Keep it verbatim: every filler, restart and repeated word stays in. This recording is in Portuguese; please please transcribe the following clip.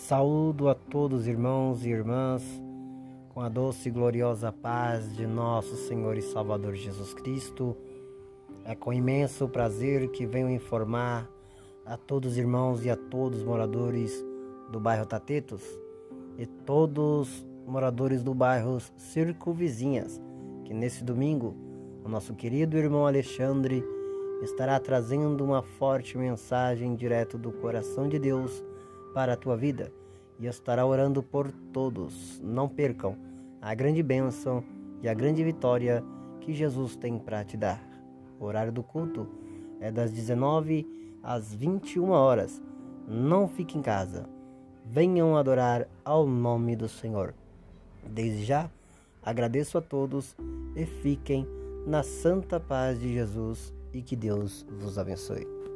Saúdo a todos, irmãos e irmãs, com a doce e gloriosa paz de nosso Senhor e Salvador Jesus Cristo. É com imenso prazer que venho informar a todos os irmãos e a todos os moradores do bairro Tatetos e todos os moradores do bairro circunvizinhas, que nesse domingo o nosso querido irmão Alexandre estará trazendo uma forte mensagem direto do coração de Deus para a tua vida e estará orando por todos. Não percam a grande bênção e a grande vitória que Jesus tem para te dar. O horário do culto é das dezenove às vinte e uma horas. Não fique em casa. Venham adorar ao nome do Senhor. Desde já, agradeço a todos e fiquem na santa paz de Jesus e que Deus vos abençoe.